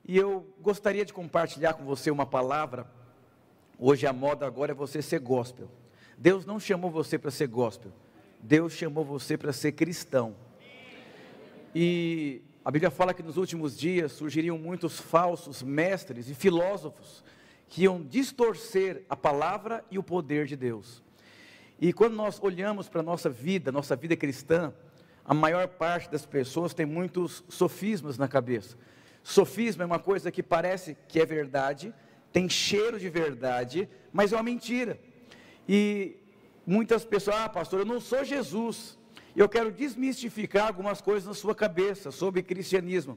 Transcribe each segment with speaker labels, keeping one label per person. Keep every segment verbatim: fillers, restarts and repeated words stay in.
Speaker 1: e eu gostaria de compartilhar com você uma palavra. Hoje a moda agora é você ser gospel. Deus não chamou você para ser gospel, Deus chamou você para ser cristão. E a Bíblia fala que nos últimos dias surgiriam muitos falsos mestres e filósofos que iam distorcer a palavra e o poder de Deus. E quando nós olhamos para a nossa vida, nossa vida cristã, a maior parte das pessoas tem muitos sofismas na cabeça. Sofisma é uma coisa que parece que é verdade, tem cheiro de verdade, mas é uma mentira. E muitas pessoas, ah pastor, eu não sou Jesus. Eu quero desmistificar algumas coisas na sua cabeça sobre cristianismo.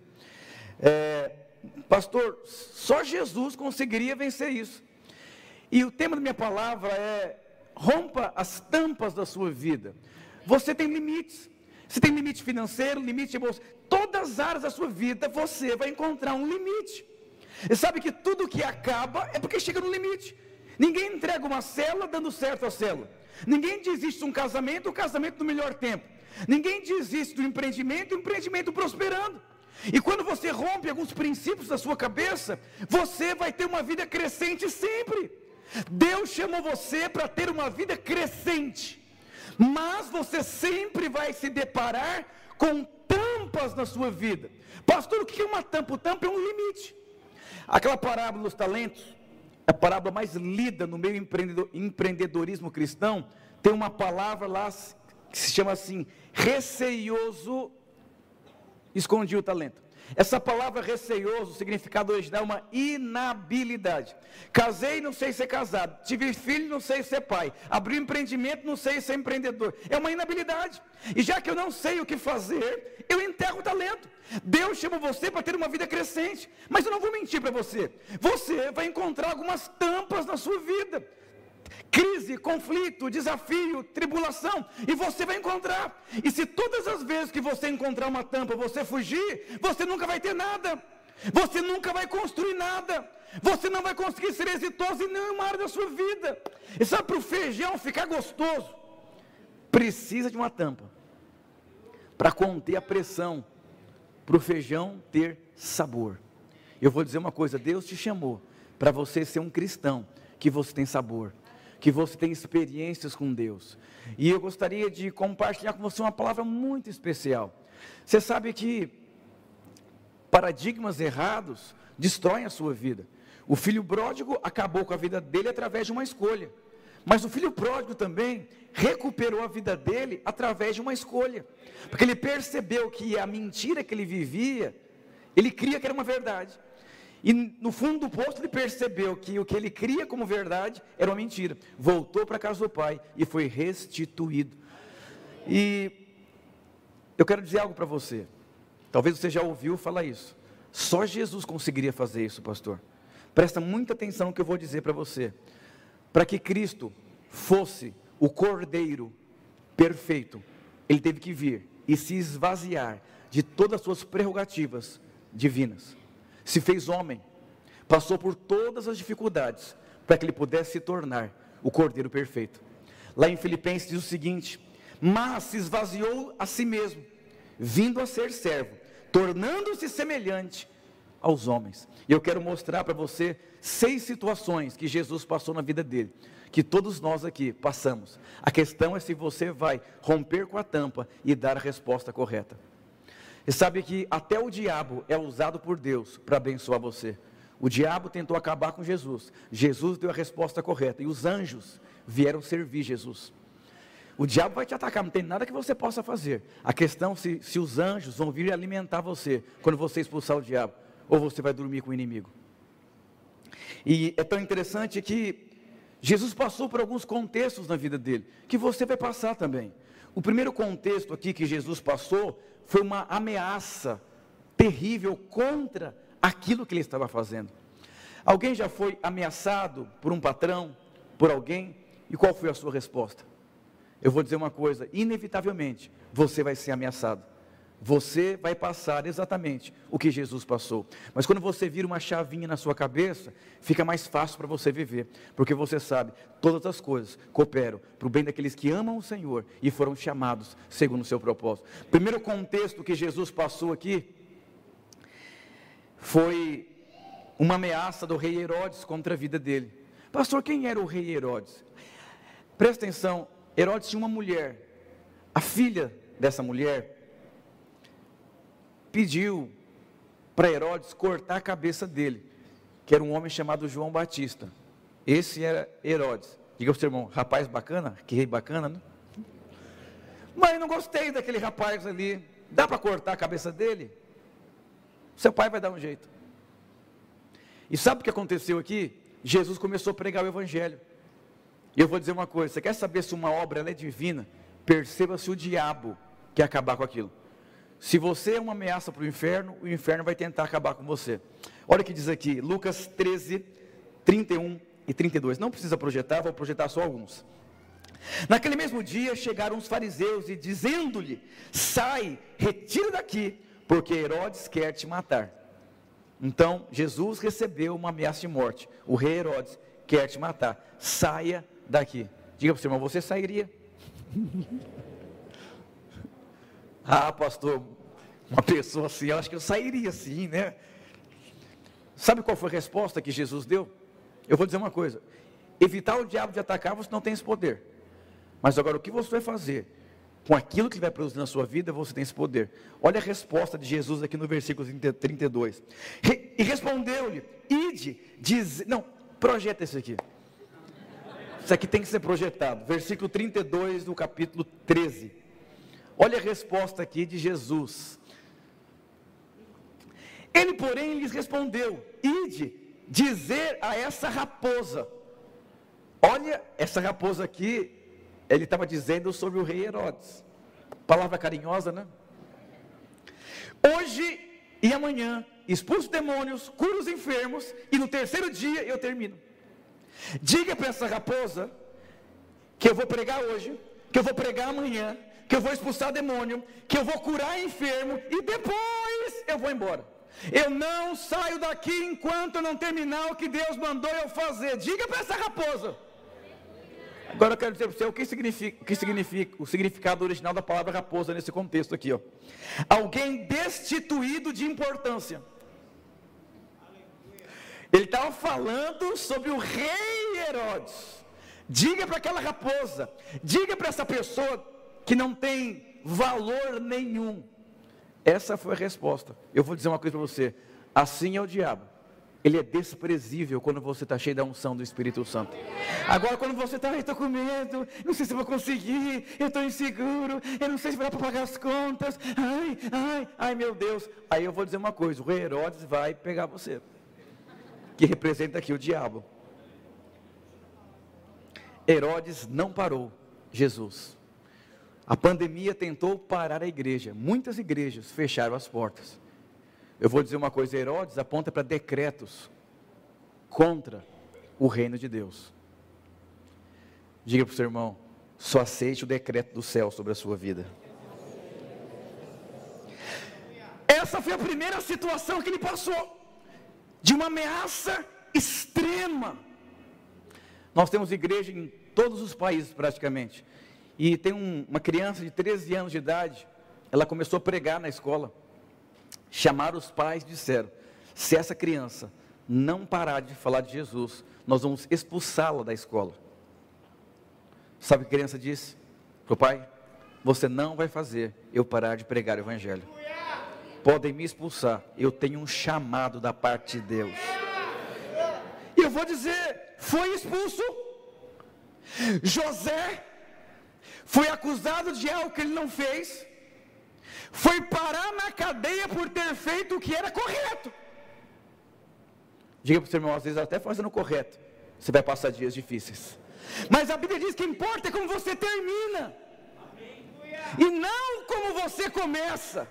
Speaker 1: É, pastor, só Jesus conseguiria vencer isso. E o tema da minha palavra é: rompa as tampas da sua vida. Você tem limites. Você tem limite financeiro, limite emocional. Todas as áreas da sua vida você vai encontrar um limite. E sabe que tudo que acaba é porque chega no limite. Ninguém entrega uma célula dando certo a célula. Ninguém desiste de um casamento, o casamento no melhor tempo. Ninguém desiste do empreendimento, o empreendimento prosperando. E quando você rompe alguns princípios da sua cabeça, você vai ter uma vida crescente sempre. Deus chamou você para ter uma vida crescente, mas você sempre vai se deparar com tampas na sua vida. Pastor, o que é uma tampa? O tampa é um limite. Aquela parábola dos talentos, a parábola mais lida no meio empreendedor, empreendedorismo cristão, tem uma palavra lá que se chama assim: receioso escondia o talento. Essa palavra receioso, o significado original é uma inabilidade. Casei, não sei ser casado. Tive filho, não sei ser pai. Abri um empreendimento, não sei ser empreendedor. É uma inabilidade. E já que eu não sei o que fazer, eu enterro o talento. Deus chama você para ter uma vida crescente. Mas eu não vou mentir para você. Você vai encontrar algumas tampas na sua vida. Crise, conflito, desafio, tribulação, e você vai encontrar. E se todas as vezes que você encontrar uma tampa, você fugir, você nunca vai ter nada. Você nunca vai construir nada. Você não vai conseguir ser exitoso em nenhuma área da sua vida. E sabe, para o feijão ficar gostoso, precisa de uma tampa para conter a pressão, para o feijão ter sabor. Eu vou dizer uma coisa: Deus te chamou para você ser um cristão que você tem sabor, que você tem experiências com Deus. E eu gostaria de compartilhar com você uma palavra muito especial. Você sabe que paradigmas errados destroem a sua vida. O filho pródigo acabou com a vida dele através de uma escolha, mas o filho pródigo também recuperou a vida dele através de uma escolha, porque ele percebeu que a mentira que ele vivia, ele cria que era uma verdade. E no fundo do poço ele percebeu que o que ele cria como verdade era uma mentira. Voltou para a casa do pai e foi restituído. E eu quero dizer algo para você. Talvez você já ouviu falar isso. Só Jesus conseguiria fazer isso, pastor. Presta muita atenção no que eu vou dizer para você. Para que Cristo fosse o Cordeiro perfeito, ele teve que vir e se esvaziar de todas as suas prerrogativas divinas. Se fez homem, passou por todas as dificuldades, para que ele pudesse se tornar o Cordeiro perfeito. Lá em Filipenses diz o seguinte: mas se esvaziou a si mesmo, vindo a ser servo, tornando-se semelhante aos homens. E eu quero mostrar para você seis situações que Jesus passou na vida dele, que todos nós aqui passamos. A questão é se você vai romper com a tampa e dar a resposta correta. E sabe que até o diabo é usado por Deus para abençoar você. O diabo tentou acabar com Jesus, Jesus deu a resposta correta, e os anjos vieram servir Jesus. O diabo vai te atacar, não tem nada que você possa fazer. A questão é se, se os anjos vão vir alimentar você, quando você expulsar o diabo, ou você vai dormir com o inimigo. E é tão interessante que Jesus passou por alguns contextos na vida dele, que você vai passar também. O primeiro contexto aqui que Jesus passou foi uma ameaça terrível contra aquilo que ele estava fazendo. Alguém já foi ameaçado por um patrão, por alguém? E qual foi a sua resposta? Eu vou dizer uma coisa: inevitavelmente você vai ser ameaçado. Você vai passar exatamente o que Jesus passou. Mas quando você vira uma chavinha na sua cabeça, fica mais fácil para você viver, porque você sabe, todas as coisas cooperam para o bem daqueles que amam o Senhor e foram chamados segundo o seu propósito. Primeiro contexto que Jesus passou aqui foi uma ameaça do rei Herodes contra a vida dele. Pastor, quem era o rei Herodes? Presta atenção, Herodes tinha uma mulher, a filha dessa mulher pediu para Herodes cortar a cabeça dele, que era um homem chamado João Batista. Esse era Herodes. Diga para o seu irmão, rapaz bacana, que rei bacana, né? Mãe, não gostei daquele rapaz ali, dá para cortar a cabeça dele? Seu pai vai dar um jeito. E sabe o que aconteceu aqui? Jesus começou a pregar o evangelho. E eu vou dizer uma coisa, você quer saber se uma obra ela é divina? Perceba se o diabo quer acabar com aquilo. Se você é uma ameaça para o inferno, o inferno vai tentar acabar com você. Olha o que diz aqui, Lucas treze, trinta e um e trinta e dois. Não precisa projetar, vou projetar só alguns. Naquele mesmo dia chegaram os fariseus e dizendo-lhe, sai, retira daqui, porque Herodes quer te matar. Então Jesus recebeu uma ameaça de morte. O rei Herodes quer te matar, saia daqui. Diga para o seu irmão, você sairia? Ah, pastor, uma pessoa assim, eu acho que eu sairia sim, né? Sabe qual foi a resposta que Jesus deu? Eu vou dizer uma coisa, evitar o diabo de atacar, você não tem esse poder. Mas agora, o que você vai fazer com aquilo que ele vai produzir na sua vida, você tem esse poder. Olha a resposta de Jesus aqui no versículo trinta e dois. E respondeu-lhe, ide, diz... Não, projeta esse aqui. Isso aqui tem que ser projetado. Versículo trinta e dois do capítulo treze. Olha a resposta aqui de Jesus. Ele, porém, lhes respondeu, ide, dizer a essa raposa. Olha, essa raposa aqui, ele estava dizendo sobre o rei Herodes. Palavra carinhosa, né? Hoje e amanhã, expulso demônios, curo os enfermos, e no terceiro dia eu termino. Diga para essa raposa, que eu vou pregar hoje, que eu vou pregar amanhã, que eu vou expulsar demônio, que eu vou curar enfermo, e depois eu vou embora. Eu não saio daqui enquanto eu não terminar o que Deus mandou eu fazer. Diga para essa raposa. Agora eu quero dizer para você o que significa, o que significa o significado original da palavra raposa nesse contexto aqui, ó. Alguém destituído de importância. Ele estava falando sobre o rei Herodes. Diga para aquela raposa, diga para essa pessoa que não tem valor nenhum. Essa foi a resposta. Eu vou dizer uma coisa para você, assim é o diabo. Ele é desprezível quando você está cheio da unção do Espírito Santo. Agora quando você está, estou com medo, não sei se vou conseguir, eu estou inseguro, eu não sei se vai dar para pagar as contas, ai, ai, ai meu Deus. Aí eu vou dizer uma coisa, o rei Herodes vai pegar você, que representa aqui o diabo. Herodes não parou Jesus. A pandemia tentou parar a igreja, muitas igrejas fecharam as portas. Eu vou dizer uma coisa, Herodes aponta para decretos contra o reino de Deus. Diga para o seu irmão, só aceite o decreto do céu sobre a sua vida. Essa foi a primeira situação que ele passou, de uma ameaça extrema. Nós temos igreja em todos os países praticamente, e tem um, uma criança de treze anos de idade, ela começou a pregar na escola. Chamaram os pais e disseram, se essa criança não parar de falar de Jesus, nós vamos expulsá-la da escola. Sabe o que a criança disse para o pai? Você não vai fazer eu parar de pregar o evangelho. Podem me expulsar, eu tenho um chamado da parte de Deus. E eu vou dizer, foi expulso. José foi acusado de algo que ele não fez, foi parar na cadeia por ter feito o que era correto. Diga para o seu irmão, às vezes até fazendo o correto, você vai passar dias difíceis. Mas a Bíblia diz que importa é como você termina, e não como você começa.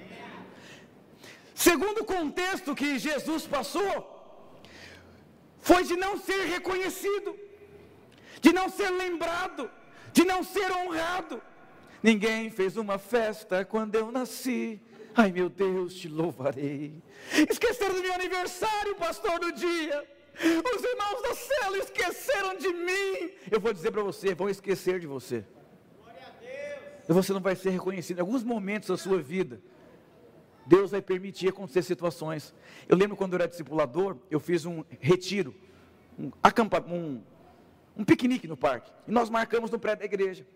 Speaker 1: Segundo o contexto que Jesus passou, foi de não ser reconhecido, de não ser lembrado, de não ser honrado. Ninguém fez uma festa quando eu nasci. Ai meu Deus, te louvarei. Esqueceram do meu aniversário, pastor, do dia. Os irmãos da célula esqueceram de mim. Eu vou dizer para você, vão esquecer de você. E você não vai ser reconhecido. Em alguns momentos da sua vida, Deus vai permitir acontecer situações. Eu lembro quando eu era discipulador, eu fiz um retiro, um, acampa, um, um piquenique no parque, e nós marcamos no prédio da igreja.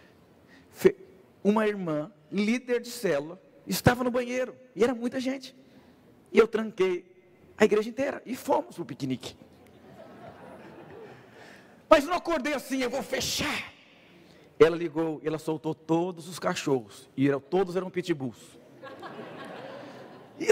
Speaker 1: Uma irmã, líder de célula, estava no banheiro, e era muita gente, e eu tranquei a igreja inteira, e fomos para o piquenique. Mas não acordei assim, eu vou fechar. Ela ligou, ela soltou todos os cachorros, e eram, todos eram pitbulls. E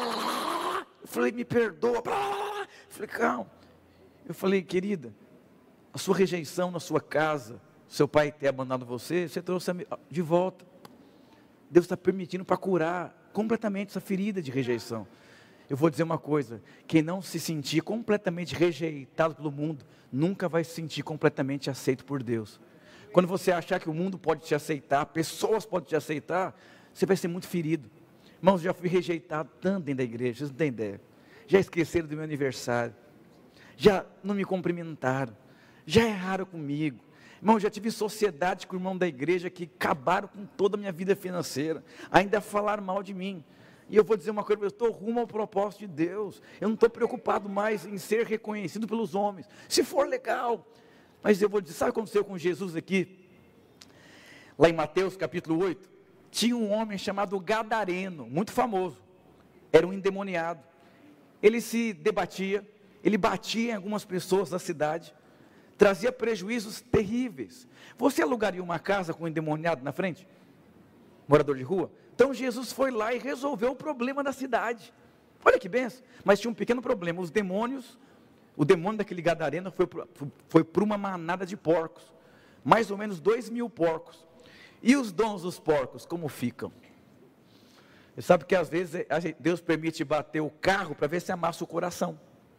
Speaker 1: eu falei, me perdoa. Eu falei, calma. Eu falei, querida, a sua rejeição na sua casa, seu pai ter abandonado você, você trouxe de volta. Deus está permitindo para curar completamente essa ferida de rejeição. Eu vou dizer uma coisa, quem não se sentir completamente rejeitado pelo mundo, nunca vai se sentir completamente aceito por Deus. Quando você achar que o mundo pode te aceitar, pessoas podem te aceitar, você vai ser muito ferido. Irmãos, já fui rejeitado tanto dentro da igreja, vocês não têm ideia. Já esqueceram do meu aniversário, já não me cumprimentaram, já erraram comigo. Irmão, já tive sociedade com o irmão da igreja que acabaram com toda a minha vida financeira, ainda falaram mal de mim. E eu vou dizer uma coisa, eu estou rumo ao propósito de Deus, eu não estou preocupado mais em ser reconhecido pelos homens, se for legal. Mas eu vou dizer, sabe o que aconteceu com Jesus aqui? Lá em Mateus capítulo oito, tinha um homem chamado Gadareno, muito famoso, era um endemoniado. Ele se debatia, ele batia em algumas pessoas da cidade, trazia prejuízos terríveis. Você alugaria uma casa com um endemoniado na frente? Morador de rua? Então Jesus foi lá e resolveu o problema da cidade. Olha que benção. Mas tinha um pequeno problema, os demônios, o demônio daquele Gadareno foi, foi para uma manada de porcos, mais ou menos dois mil porcos. E os dons dos porcos, como ficam? Você sabe que às vezes Deus permite bater o carro para ver se amassa o coração.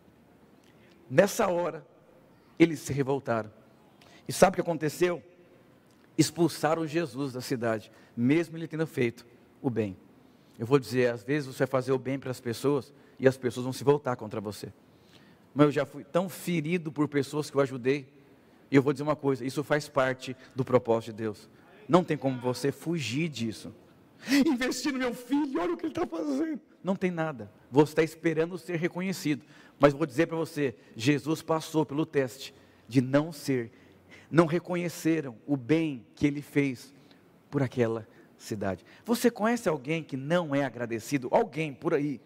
Speaker 1: Nessa hora, eles se revoltaram. E sabe o que aconteceu? Expulsaram Jesus da cidade, mesmo ele tendo feito o bem. Eu vou dizer, às vezes você vai fazer o bem para as pessoas, e as pessoas vão se voltar contra você. Mas eu já fui tão ferido por pessoas que eu ajudei, e eu vou dizer uma coisa, isso faz parte do propósito de Deus. Não tem como você fugir disso. Investir no meu filho, olha o que ele está fazendo. Não tem nada, você está esperando ser reconhecido. Mas vou dizer para você, Jesus passou pelo teste de não ser, não reconheceram o bem que ele fez por aquela cidade. Você conhece alguém que não é agradecido? Alguém por aí,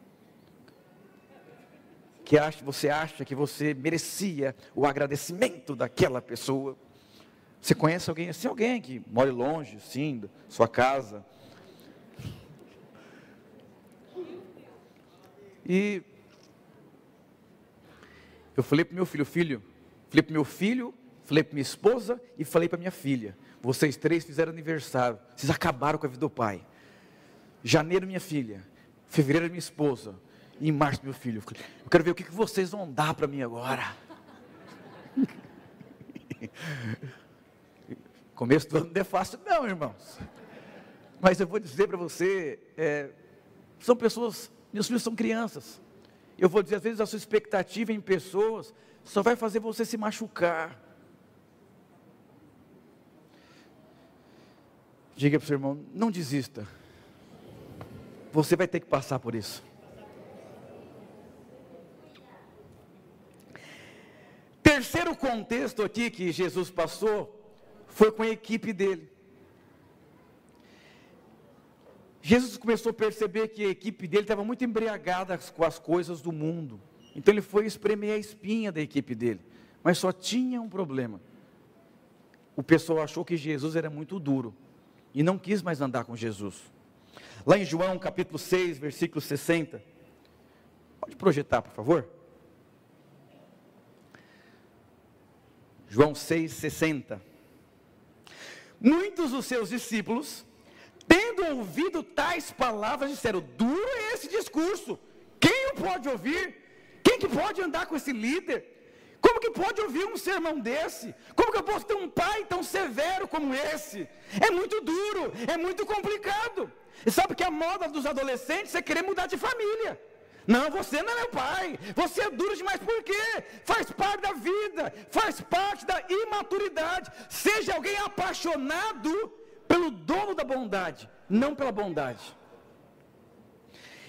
Speaker 1: que acha, você acha que você merecia o agradecimento daquela pessoa? Você conhece alguém assim? Alguém que mora longe, sim, da sua casa? E eu falei para o meu filho, filho, falei para o meu filho, falei para minha esposa e falei para minha filha, vocês três fizeram aniversário, vocês acabaram com a vida do pai. Janeiro minha filha, fevereiro minha esposa, e em março meu filho. Eu quero ver o que vocês vão dar para mim agora. Começo do ano não é fácil não, irmãos. Mas eu vou dizer para você, é, são pessoas, meus filhos são crianças. Eu vou dizer, às vezes a sua expectativa em pessoas só vai fazer você se machucar. Diga para o seu irmão, não desista. Você vai ter que passar por isso. Terceiro contexto aqui que Jesus passou, foi com a equipe dele. Jesus começou a perceber que a equipe dele estava muito embriagada com as coisas do mundo. Então ele foi espremer a espinha da equipe dele. Mas só tinha um problema. O pessoal achou que Jesus era muito duro e não quis mais andar com Jesus. Lá em João capítulo seis, versículo sessenta. Pode projetar, por favor. João seis, sessenta. Muitos dos seus discípulos, tendo ouvido tais palavras, disseram: duro é esse discurso, quem o pode ouvir? Quem que pode andar com esse líder? Como que pode ouvir um sermão desse? Como que eu posso ter um pai tão severo como esse? É muito duro, é muito complicado. E sabe que a moda dos adolescentes é querer mudar de família. Não, você não é meu pai, você é duro demais, por quê? Faz parte da vida, faz parte da imaturidade. Seja alguém apaixonado pelo dono da bondade, não pela bondade.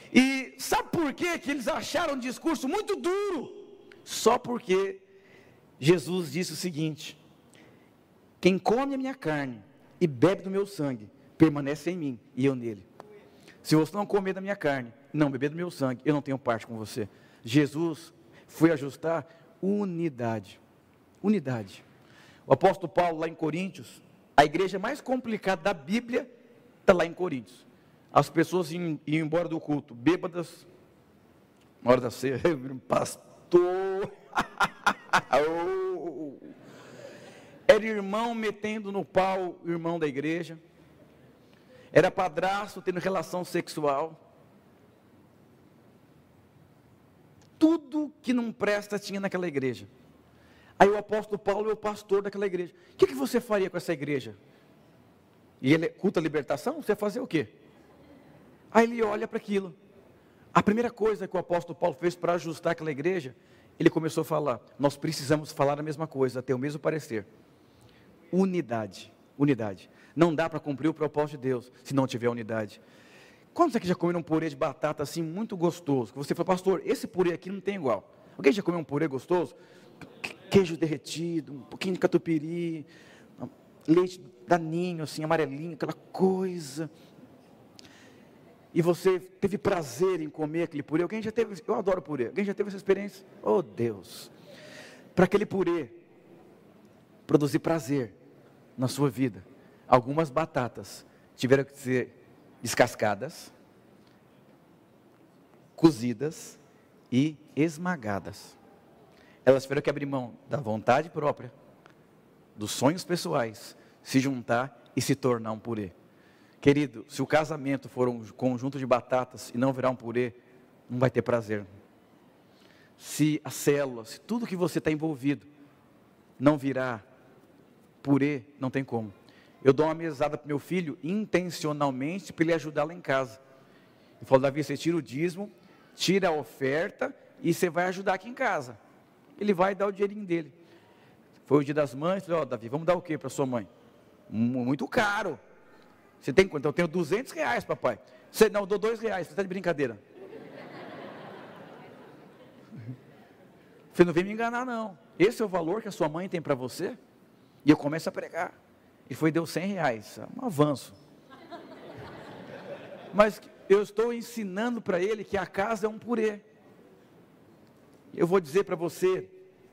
Speaker 1: E sabe por quê que eles acharam um discurso muito duro? Só porque Jesus disse o seguinte: quem come a minha carne e bebe do meu sangue, permanece em mim e eu nele. Se você não comer da minha carne, não beber do meu sangue, eu não tenho parte com você. Jesus foi ajustar unidade. Unidade. O apóstolo Paulo, lá em Coríntios, a igreja mais complicada da Bíblia está lá em Coríntios. As pessoas iam, iam embora do culto, bêbadas, na hora da ceia, pastor, era irmão metendo no pau o irmão da igreja, era padrasto tendo relação sexual, tudo que não presta tinha naquela igreja. Aí o apóstolo Paulo é o pastor daquela igreja. O que, que você faria com essa igreja? E ele culta a libertação? Você ia fazer o quê? Aí ele olha para aquilo. A primeira coisa que o apóstolo Paulo fez para ajustar aquela igreja, ele começou a falar: nós precisamos falar a mesma coisa, ter o mesmo parecer. Unidade, unidade. Não dá para cumprir o propósito de Deus se não tiver unidade. Quantos aqui já comeram um purê de batata assim muito gostoso? Que você fala: pastor, esse purê aqui não tem igual. Alguém já comeu um purê gostoso? Queijo derretido, um pouquinho de catupiry, leite daninho assim, amarelinho, aquela coisa. E você teve prazer em comer aquele purê. Alguém já teve? Eu adoro purê. Alguém já teve essa experiência? Oh Deus! Para aquele purê produzir prazer na sua vida, algumas batatas tiveram que ser descascadas, cozidas e esmagadas. Elas tiveram que abrir mão da vontade própria, dos sonhos pessoais, se juntar e se tornar um purê. Querido, se o casamento for um conjunto de batatas e não virar um purê, não vai ter prazer. Se a célula, se tudo que você está envolvido não virar purê, não tem como. Eu dou uma mesada para o meu filho intencionalmente para ele ajudar lá em casa. Eu falo: Davi, você tira o dízimo, tira a oferta e você vai ajudar aqui em casa. Ele vai dar o dinheirinho dele. Foi o dia das mães, falei: ó, Davi, vamos dar o que para sua mãe? Muito caro. Você tem quanto? Eu tenho duzentos reais, papai. Você, não, eu dou dois reais, você está de brincadeira. Você não vem me enganar não. Esse é o valor que a sua mãe tem para você? E eu começo a pregar. E foi, deu cem reais, um avanço. Mas eu estou ensinando para ele que a casa é um purê. Eu vou dizer para você,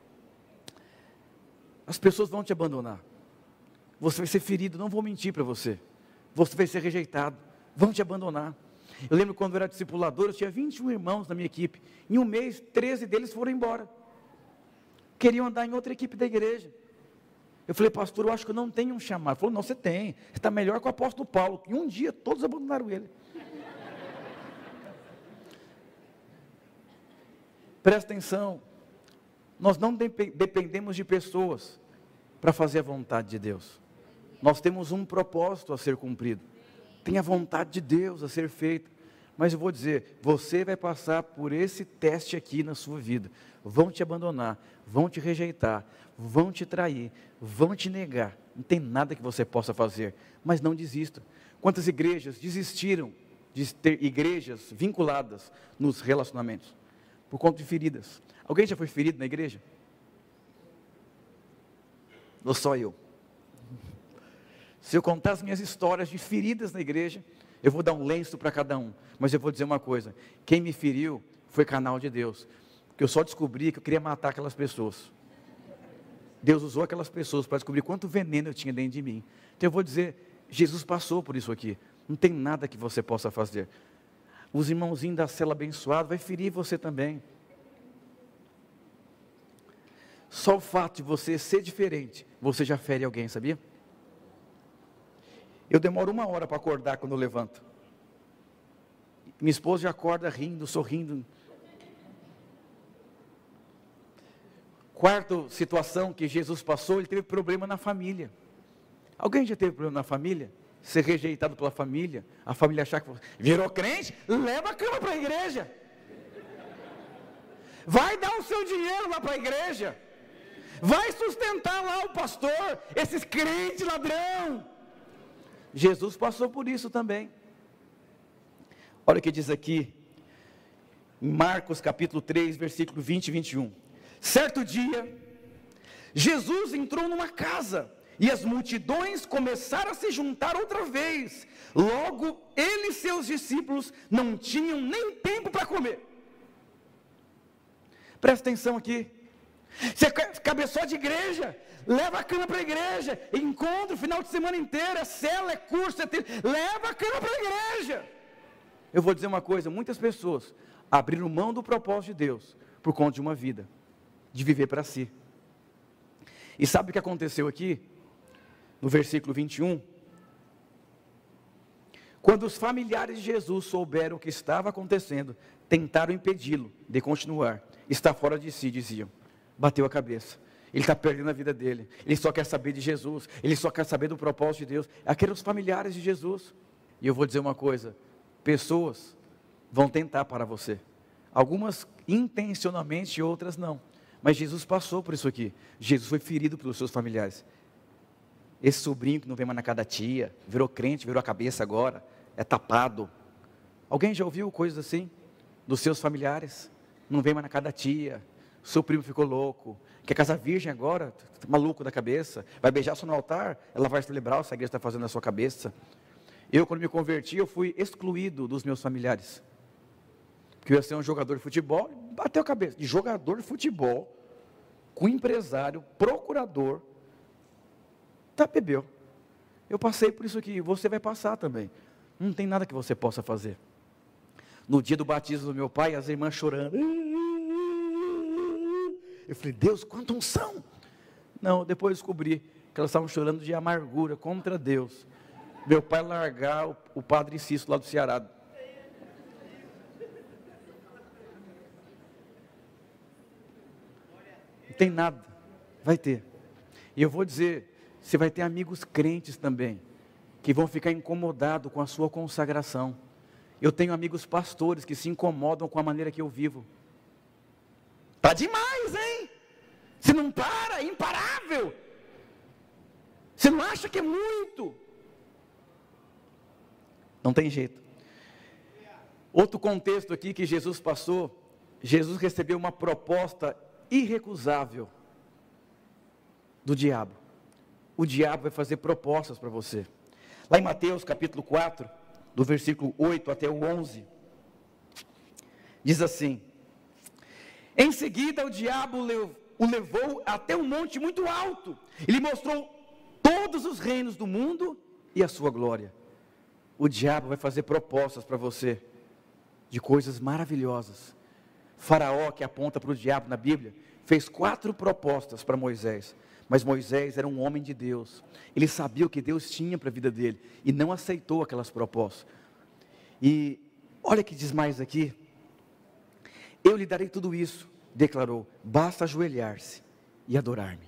Speaker 1: as pessoas vão te abandonar. Você vai ser ferido, não vou mentir para você. Você vai ser rejeitado, vão te abandonar. Eu lembro quando eu era discipulador, eu tinha vinte e um irmãos na minha equipe. Em um mês, treze deles foram embora. Queriam andar em outra equipe da igreja. Eu falei: pastor, eu acho que eu não tenho um chamado. Ele falou: não, você tem. Você está melhor que o apóstolo Paulo. E um dia todos abandonaram ele. Presta atenção. Nós não dependemos de pessoas para fazer a vontade de Deus. Nós temos um propósito a ser cumprido. Tem a vontade de Deus a ser feita. Mas eu vou dizer, você vai passar por esse teste aqui na sua vida. Vão te abandonar, vão te rejeitar, vão te trair, vão te negar. Não tem nada que você possa fazer, mas não desista. Quantas igrejas desistiram de ter igrejas vinculadas nos relacionamentos? Por conta de feridas. Alguém já foi ferido na igreja? Ou só eu? Se eu contar as minhas histórias de feridas na igreja, eu vou dar um lenço para cada um. Mas eu vou dizer uma coisa: quem me feriu foi canal de Deus. Porque eu só descobri que eu queria matar aquelas pessoas. Deus usou aquelas pessoas para descobrir quanto veneno eu tinha dentro de mim. Então eu vou dizer, Jesus passou por isso aqui. Não tem nada que você possa fazer. Os irmãozinhos da cela abençoada vai ferir você também. Só o fato de você ser diferente, você já fere alguém, sabia? Eu demoro uma hora para acordar quando eu levanto. Minha esposa já acorda rindo, sorrindo. Quarta situação que Jesus passou, ele teve problema na família. Alguém já teve problema na família? Ser rejeitado pela família, a família achar que virou crente, leva a cama para a igreja. Vai dar o seu dinheiro lá para a igreja. Vai sustentar lá o pastor, esses crentes ladrão. Jesus passou por isso também. Olha o que diz aqui, em Marcos capítulo três, versículo vinte e vinte e um. Certo dia, Jesus entrou numa casa, e as multidões começaram a se juntar outra vez. Logo, ele e seus discípulos não tinham nem tempo para comer. Presta atenção aqui. Você é cabeçote de igreja, leva a cama para a igreja, encontro final de semana inteira, é cela, é curso, é ter... leva a cama para a igreja. Eu vou dizer uma coisa, muitas pessoas abriram mão do propósito de Deus, por conta de uma vida, de viver para si. E sabe o que aconteceu aqui? No versículo vinte e um, quando os familiares de Jesus souberam o que estava acontecendo, tentaram impedi-lo de continuar. Está fora de si, diziam. Bateu a cabeça. Ele está perdendo a vida dele. Ele só quer saber de Jesus. Ele só quer saber do propósito de Deus. Aqueles familiares de Jesus. E eu vou dizer uma coisa. Pessoas vão tentar para você. Algumas intencionalmente e outras não. Mas Jesus passou por isso aqui. Jesus foi ferido pelos seus familiares. Esse sobrinho que não vem mais na casa da tia, virou crente, virou a cabeça agora, é tapado. Alguém já ouviu coisas assim? Dos seus familiares? Não vem mais na casa da tia, seu primo ficou louco, quer casar virgem agora, tá maluco da cabeça, vai beijar só no altar, ela vai celebrar o que a igreja está fazendo na sua cabeça. Eu, quando me converti, eu fui excluído dos meus familiares. Porque eu ia ser um jogador de futebol, bateu a cabeça, de jogador de futebol, com empresário, procurador, tá, bebeu. Eu passei por isso aqui, você vai passar também. Não tem nada que você possa fazer. No dia do batismo do meu pai, as irmãs chorando. Eu falei, Deus, quanta unção. Não, depois descobri que elas estavam chorando de amargura contra Deus. Meu pai largar o, o padre Cício lá do Ceará. Não tem nada, vai ter. E eu vou dizer, você vai ter amigos crentes também, que vão ficar incomodados com a sua consagração. Eu tenho amigos pastores que se incomodam com a maneira que eu vivo. Tá demais, hein? Você não para, é imparável. Você não acha que é muito? Não tem jeito. Outro contexto aqui que Jesus passou, Jesus recebeu uma proposta irrecusável do diabo. O diabo vai fazer propostas para você. Lá em Mateus capítulo quatro, do versículo oito até o onze, diz assim: em seguida o diabo o levou até um monte muito alto, e lhe mostrou todos os reinos do mundo e a sua glória. O diabo vai fazer propostas para você, de coisas maravilhosas. Faraó, que aponta para o diabo na Bíblia, fez quatro propostas para Moisés. Mas Moisés era um homem de Deus, ele sabia o que Deus tinha para a vida dele, e não aceitou aquelas propostas. E olha que diz mais aqui: eu lhe darei tudo isso, declarou, basta ajoelhar-se e adorar-me.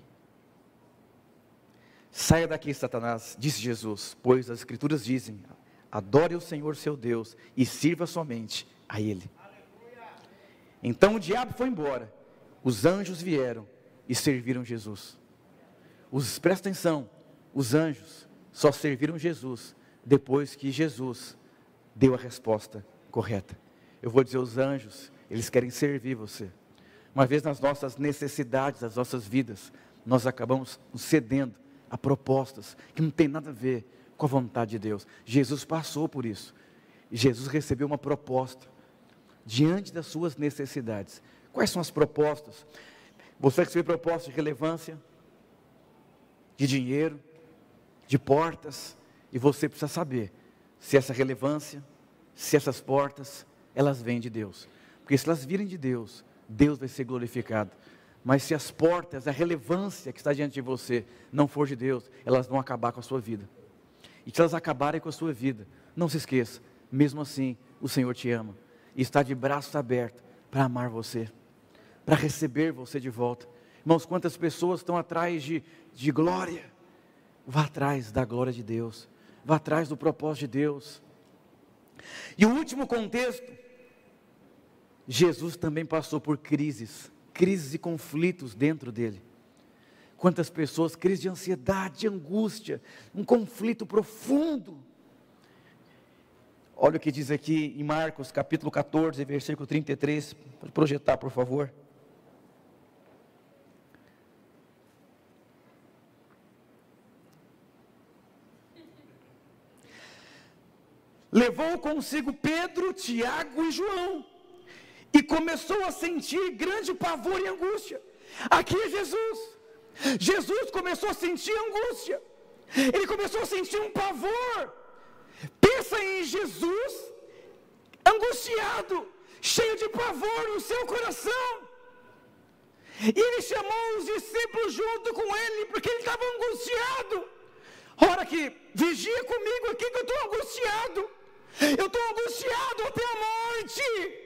Speaker 1: Saia daqui, Satanás, disse Jesus, pois as escrituras dizem, adore o Senhor seu Deus, e sirva somente a Ele. Então o diabo foi embora, os anjos vieram e serviram Jesus. Os, presta atenção, os anjos só serviram Jesus depois que Jesus deu a resposta correta. Eu vou dizer, os anjos, eles querem servir você. Uma vez nas nossas necessidades, nas nossas vidas, nós acabamos cedendo a propostas que não tem nada a ver com a vontade de Deus. Jesus passou por isso. Jesus recebeu uma proposta diante das suas necessidades. Quais são as propostas? Você recebeu propostas de relevância, de dinheiro, de portas, e você precisa saber se essa relevância, se essas portas, elas vêm de Deus. Porque se elas virem de Deus, Deus vai ser glorificado. Mas se as portas, a relevância que está diante de você não for de Deus, elas vão acabar com a sua vida. E se elas acabarem com a sua vida, não se esqueça, mesmo assim, o Senhor te ama, e está de braços abertos para amar você, para receber você de volta. Irmãos, quantas pessoas estão atrás de, de glória? Vá atrás da glória de Deus, vá atrás do propósito de Deus. E o último contexto, Jesus também passou por crises, crises e conflitos dentro dele. Quantas pessoas, crise de ansiedade, de angústia, um conflito profundo. Olha o que diz aqui em Marcos, capítulo quatorze, versículo trinta e três. Pode projetar, por favor. Levou consigo Pedro, Tiago e João, e começou a sentir grande pavor e angústia. Aqui é Jesus. Jesus começou a sentir angústia. Ele começou a sentir um pavor. Pensa em Jesus angustiado, cheio de pavor no seu coração. E ele chamou os discípulos junto com ele, porque ele estava angustiado. Ora que, vigia comigo aqui que eu estou angustiado. Eu estou angustiado até a morte.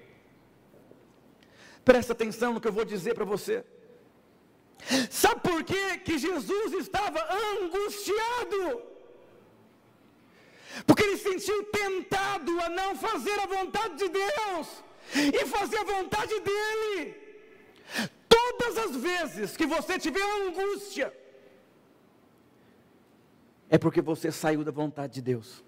Speaker 1: Presta atenção no que eu vou dizer para você. Sabe por quê que Jesus estava angustiado? Porque ele sentiu tentado a não fazer a vontade de Deus e fazer a vontade dele. Todas as vezes que você tiver angústia, é porque você saiu da vontade de Deus.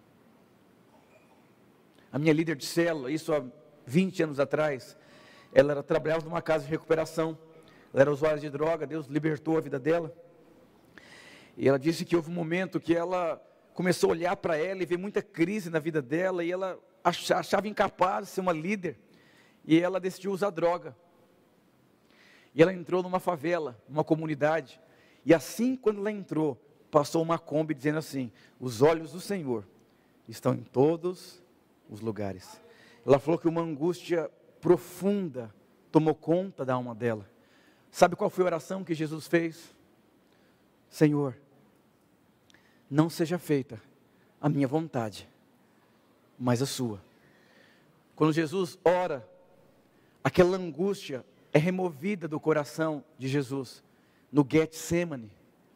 Speaker 1: A minha líder de célula, isso há vinte anos atrás, ela era, trabalhava numa casa de recuperação, ela era usuária de droga, Deus libertou a vida dela, e ela disse que houve um momento que ela começou a olhar para ela e ver muita crise na vida dela, e ela achava incapaz de ser uma líder, e ela decidiu usar droga, e ela entrou numa favela, numa comunidade, e assim quando ela entrou, passou uma Kombi dizendo assim: os olhos do Senhor estão em todos os lugares. Ela falou que uma angústia profunda tomou conta da alma dela. Sabe qual foi a oração que Jesus fez? Senhor, não seja feita a minha vontade, mas a sua. Quando Jesus ora, aquela angústia é removida do coração de Jesus. No Getsemane,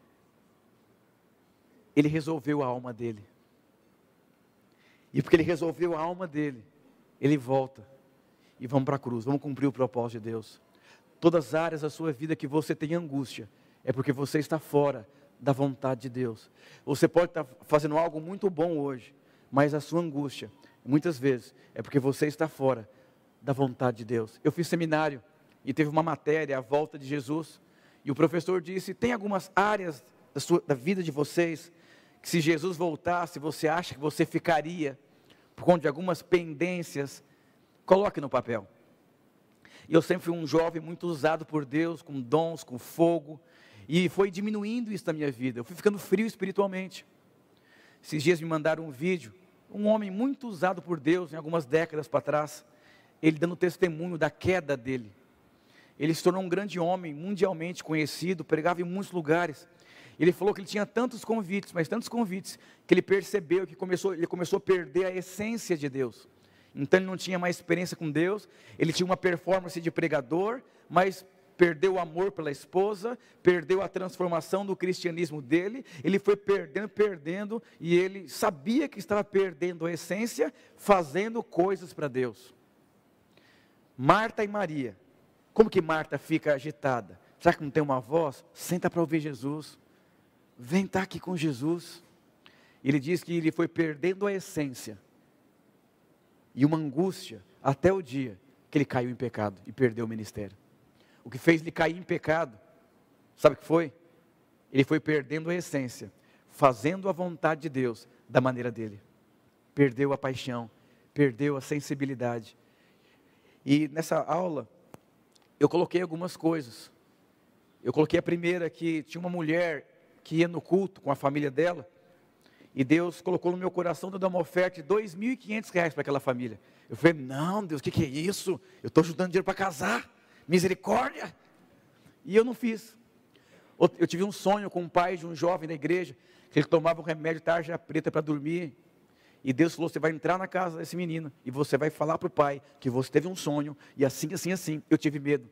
Speaker 1: ele resolveu a alma dele. E porque ele resolveu a alma dele, ele volta. E vamos para a cruz, vamos cumprir o propósito de Deus. Todas as áreas da sua vida que você tem angústia, é porque você está fora da vontade de Deus. Você pode estar fazendo algo muito bom hoje, mas a sua angústia, muitas vezes, é porque você está fora da vontade de Deus. Eu fiz seminário, e teve uma matéria, a volta de Jesus, e o professor disse: tem algumas áreas da, sua, da vida de vocês, que se Jesus voltasse, você acha que você ficaria, por conta de algumas pendências, coloque no papel. E eu sempre fui um jovem muito usado por Deus, com dons, com fogo, e foi diminuindo isso na minha vida, eu fui ficando frio espiritualmente. Esses dias me mandaram um vídeo, um homem muito usado por Deus, em algumas décadas para trás, ele dando testemunho da queda dele. Ele se tornou um grande homem, mundialmente conhecido, pregava em muitos lugares. Ele falou que ele tinha tantos convites, mas tantos convites, que ele percebeu que começou, ele começou a perder a essência de Deus. Então ele não tinha mais experiência com Deus, ele tinha uma performance de pregador, mas perdeu o amor pela esposa, perdeu a transformação do cristianismo dele, ele foi perdendo, perdendo, e ele sabia que estava perdendo a essência, fazendo coisas para Deus. Marta e Maria, como que Marta fica agitada? Será que não tem uma voz? Senta para ouvir Jesus, vem estar aqui com Jesus. Ele diz que ele foi perdendo a essência, e uma angústia, até o dia que ele caiu em pecado, e perdeu o ministério. O que fez ele cair em pecado, sabe o que foi? Ele foi perdendo a essência, fazendo a vontade de Deus, da maneira dele. Perdeu a paixão, perdeu a sensibilidade. E nessa aula, eu coloquei algumas coisas. Eu coloquei a primeira, que tinha uma mulher que ia no culto com a família dela, e Deus colocou no meu coração de dar uma oferta de dois mil e quinhentos reais para aquela família. Eu falei: não, Deus, o que, que é isso? Eu estou ajudando dinheiro para casar, misericórdia. E eu não fiz. Eu tive um sonho com um pai de um jovem da igreja, que ele tomava um remédio tarja preta para dormir, e Deus falou: você vai entrar na casa desse menino, e você vai falar para o pai, que você teve um sonho, e assim, assim, assim. Eu tive medo,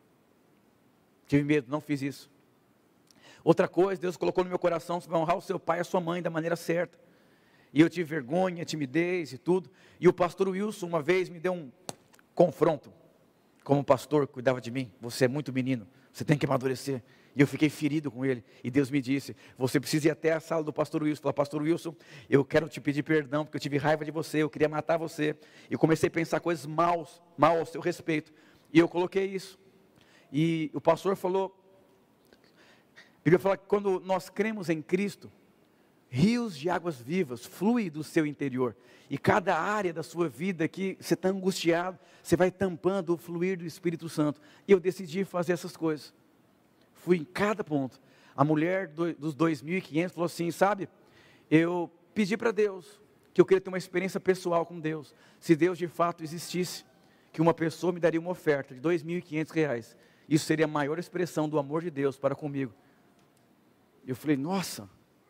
Speaker 1: tive medo, não fiz isso. Outra coisa, Deus colocou no meu coração: você vai honrar o seu pai e a sua mãe da maneira certa. E eu tive vergonha, timidez e tudo, e o pastor Wilson uma vez me deu um confronto, como pastor, cuidava de mim. Você é muito menino, você tem que amadurecer. E eu fiquei ferido com ele. E Deus me disse, você precisa ir até a sala do pastor Wilson. Falar, pastor Wilson, eu quero te pedir perdão, porque eu tive raiva de você, eu queria matar você. E comecei a pensar coisas maus, mal ao seu respeito. E eu coloquei isso. E o pastor falou, a Bíblia fala que quando nós cremos em Cristo, rios de águas vivas fluem do seu interior. E cada área da sua vida que você está angustiado, você vai tampando o fluir do Espírito Santo. E eu decidi fazer essas coisas. Fui em cada ponto. A mulher do, dos dois mil e quinhentos falou assim, sabe, eu pedi para Deus, que eu queria ter uma experiência pessoal com Deus. Se Deus de fato existisse, que uma pessoa me daria uma oferta de dois mil e quinhentos reais. Isso seria a maior expressão do amor de Deus para comigo. Eu falei, nossa.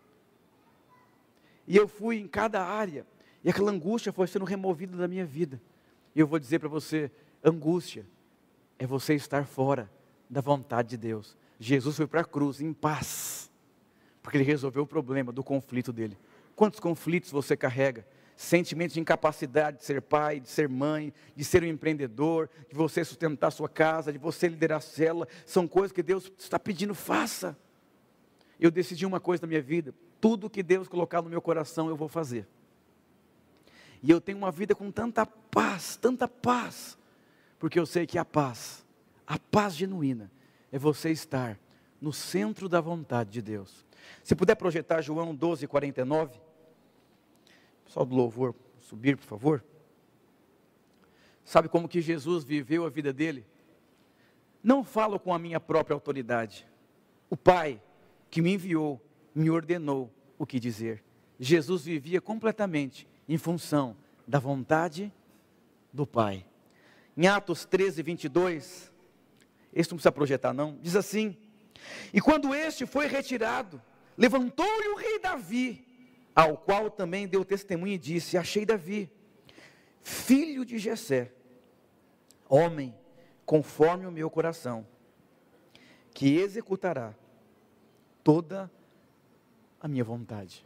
Speaker 1: E eu fui em cada área, e aquela angústia foi sendo removida da minha vida. E eu vou dizer para você, angústia é você estar fora da vontade de Deus. Jesus foi para a cruz em paz, porque ele resolveu o problema do conflito dele. Quantos conflitos você carrega? Sentimentos de incapacidade de ser pai, de ser mãe, de ser um empreendedor, de você sustentar a sua casa, de você liderar a célula, são coisas que Deus está pedindo, faça. Eu decidi uma coisa na minha vida, tudo que Deus colocar no meu coração eu vou fazer. E eu tenho uma vida com tanta paz, tanta paz, porque eu sei que a paz, a paz genuína, é você estar no centro da vontade de Deus. Se puder projetar João doze, quarenta e nove, pessoal do louvor, subir por favor. Sabe como que Jesus viveu a vida dele? Não falo com a minha própria autoridade. O Pai que me enviou, me ordenou o que dizer. Jesus vivia completamente em função da vontade do Pai. Em Atos treze, vinte e dois, este não precisa projetar não, diz assim, e quando este foi retirado, levantou-lhe o rei Davi, ao qual também deu testemunho e disse, achei Davi, filho de Jessé, homem conforme o meu coração, que executará toda a minha vontade.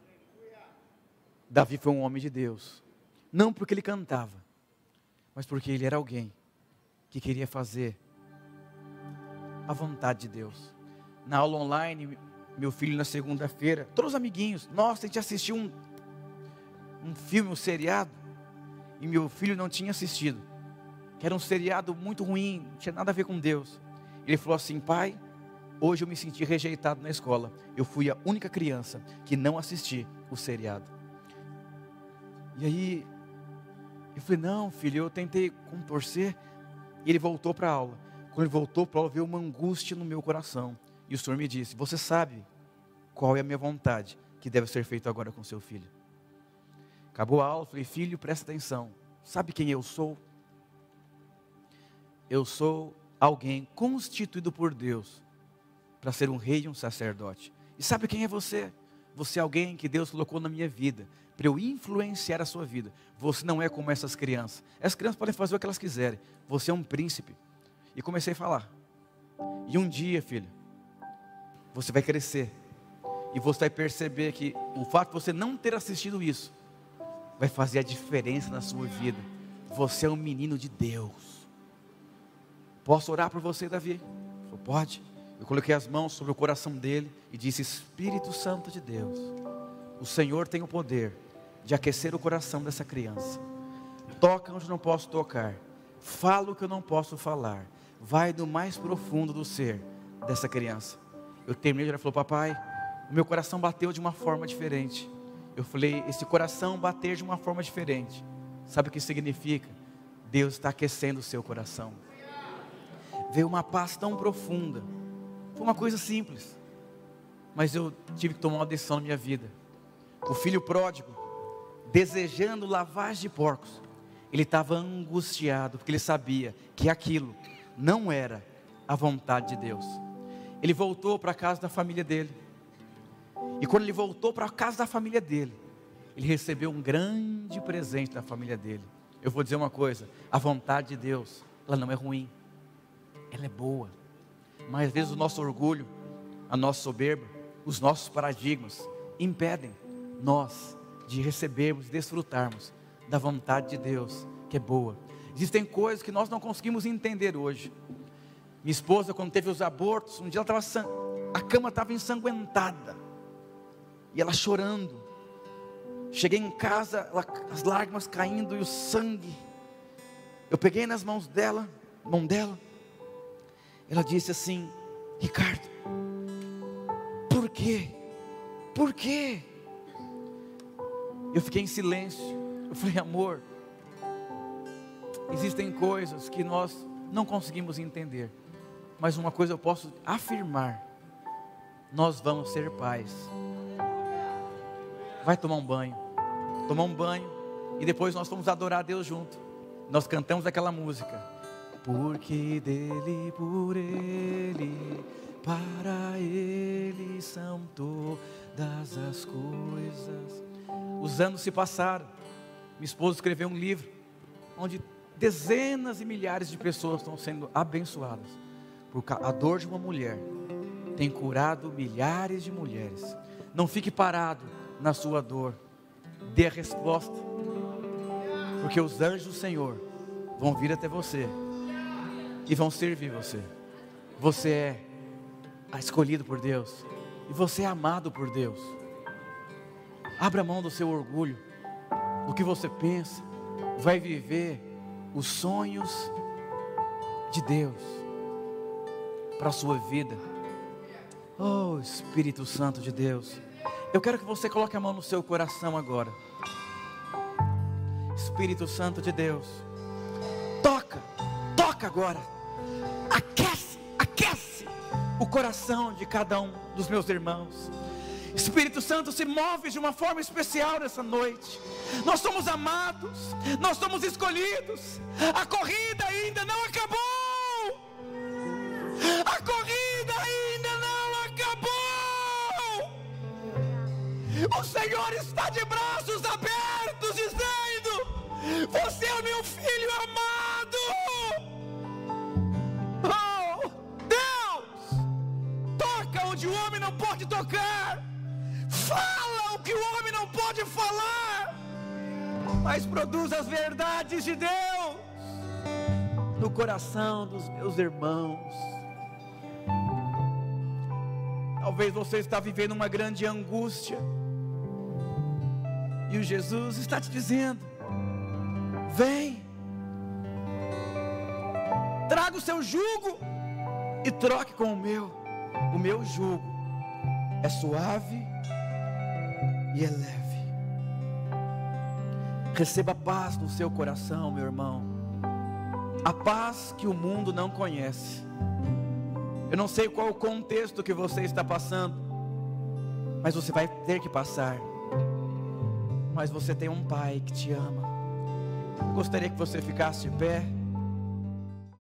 Speaker 1: Davi foi um homem de Deus, não porque ele cantava, mas porque ele era alguém que queria fazer a vontade de Deus. Na aula online, meu filho na segunda-feira, todos os amiguinhos, nossa, a gente assistiu um, um filme, um seriado, e meu filho não tinha assistido, que era um seriado muito ruim, não tinha nada a ver com Deus. Ele falou assim, pai, hoje eu me senti rejeitado na escola, eu fui a única criança que não assisti o seriado. E aí, eu falei, não filho, eu tentei contorcer, e ele voltou para a aula. Quando ele voltou para a aula, veio uma angústia no meu coração, e o Senhor me disse, você sabe qual é a minha vontade, que deve ser feito agora com seu filho. Acabou a aula, falei, filho, presta atenção, sabe quem eu sou? Eu sou alguém constituído por Deus, para ser um rei e um sacerdote. E sabe quem é você? Você é alguém que Deus colocou na minha vida, para eu influenciar a sua vida. Você não é como essas crianças. Essas crianças podem fazer o que elas quiserem. Você é um príncipe. E comecei a falar. E um dia, filho, você vai crescer. E você vai perceber que o fato de você não ter assistido isso, vai fazer a diferença na sua vida. Você é um menino de Deus. Posso orar por você, Davi? Ele falou, pode. Eu coloquei as mãos sobre o coração dele e disse, Espírito Santo de Deus, o Senhor tem o poder de aquecer o coração dessa criança. Toca onde não posso tocar. Fala o que eu não posso falar. Vai no mais profundo do ser dessa criança. Eu terminei, ele falou, papai, o meu coração bateu de uma forma diferente. Eu falei, esse coração bater de uma forma diferente, sabe o que significa? Deus está aquecendo o seu coração. Veio uma paz tão profunda. Foi uma coisa simples, mas eu tive que tomar uma decisão na minha vida. O filho pródigo, desejando lavagem de porcos, ele estava angustiado, porque ele sabia que aquilo não era a vontade de Deus. Ele voltou para a casa da família dele, e quando ele voltou para a casa da família dele, ele recebeu um grande presente da família dele. Eu vou dizer uma coisa, a vontade de Deus, ela não é ruim, ela é boa. Mas às vezes o nosso orgulho, a nossa soberba, os nossos paradigmas impedem nós de recebermos, desfrutarmos da vontade de Deus, que é boa. Existem coisas que nós não conseguimos entender hoje. Minha esposa, quando teve os abortos, um dia ela estava, a cama estava ensanguentada, e ela chorando. Cheguei em casa, ela, as lágrimas caindo e o sangue. Eu peguei nas mãos dela, mão dela. Ela disse assim: Ricardo, por quê? Por quê? Eu fiquei em silêncio. Eu falei: amor, existem coisas que nós não conseguimos entender, mas uma coisa eu posso afirmar: nós vamos ser pais. Vai tomar um banho, tomar um banho, e depois nós vamos adorar a Deus junto. Nós cantamos aquela música: porque dele, por ele, para ele são todas as coisas. Os anos se passaram. Minha esposa escreveu um livro onde dezenas e milhares de pessoas estão sendo abençoadas, porque a dor de uma mulher tem curado milhares de mulheres. Não fique parado na sua dor, dê a resposta, porque os anjos do Senhor vão vir até você e vão servir você. Você é escolhido por Deus, e você é amado por Deus. Abra mão do seu orgulho, do que você pensa. Vai viver os sonhos de Deus para a sua vida. Oh, Espírito Santo de Deus, eu quero que você coloque a mão no seu coração agora. Espírito Santo de Deus, toca, toca agora. Aquece, aquece o coração de cada um dos meus irmãos. Espírito Santo, se move de uma forma especial nessa noite. Nós somos amados, nós somos escolhidos. A corrida ainda não acabou. A corrida ainda não acabou. O Senhor está de braços abertos, dizendo: você é o meu filho amado. Oh, Deus, toca onde o homem não pode tocar. Fala o que o homem não pode falar, mas produz as verdades de Deus no coração dos meus irmãos. Talvez você está vivendo uma grande angústia, e o Jesus está te dizendo: vem, traga o seu jugo e troque com o meu. O meu jugo é suave e é leve. Receba paz no seu coração, meu irmão. A paz que o mundo não conhece. Eu não sei qual o contexto que você está passando, mas você vai ter que passar. Mas você tem um Pai que te ama. Eu gostaria que você ficasse de pé.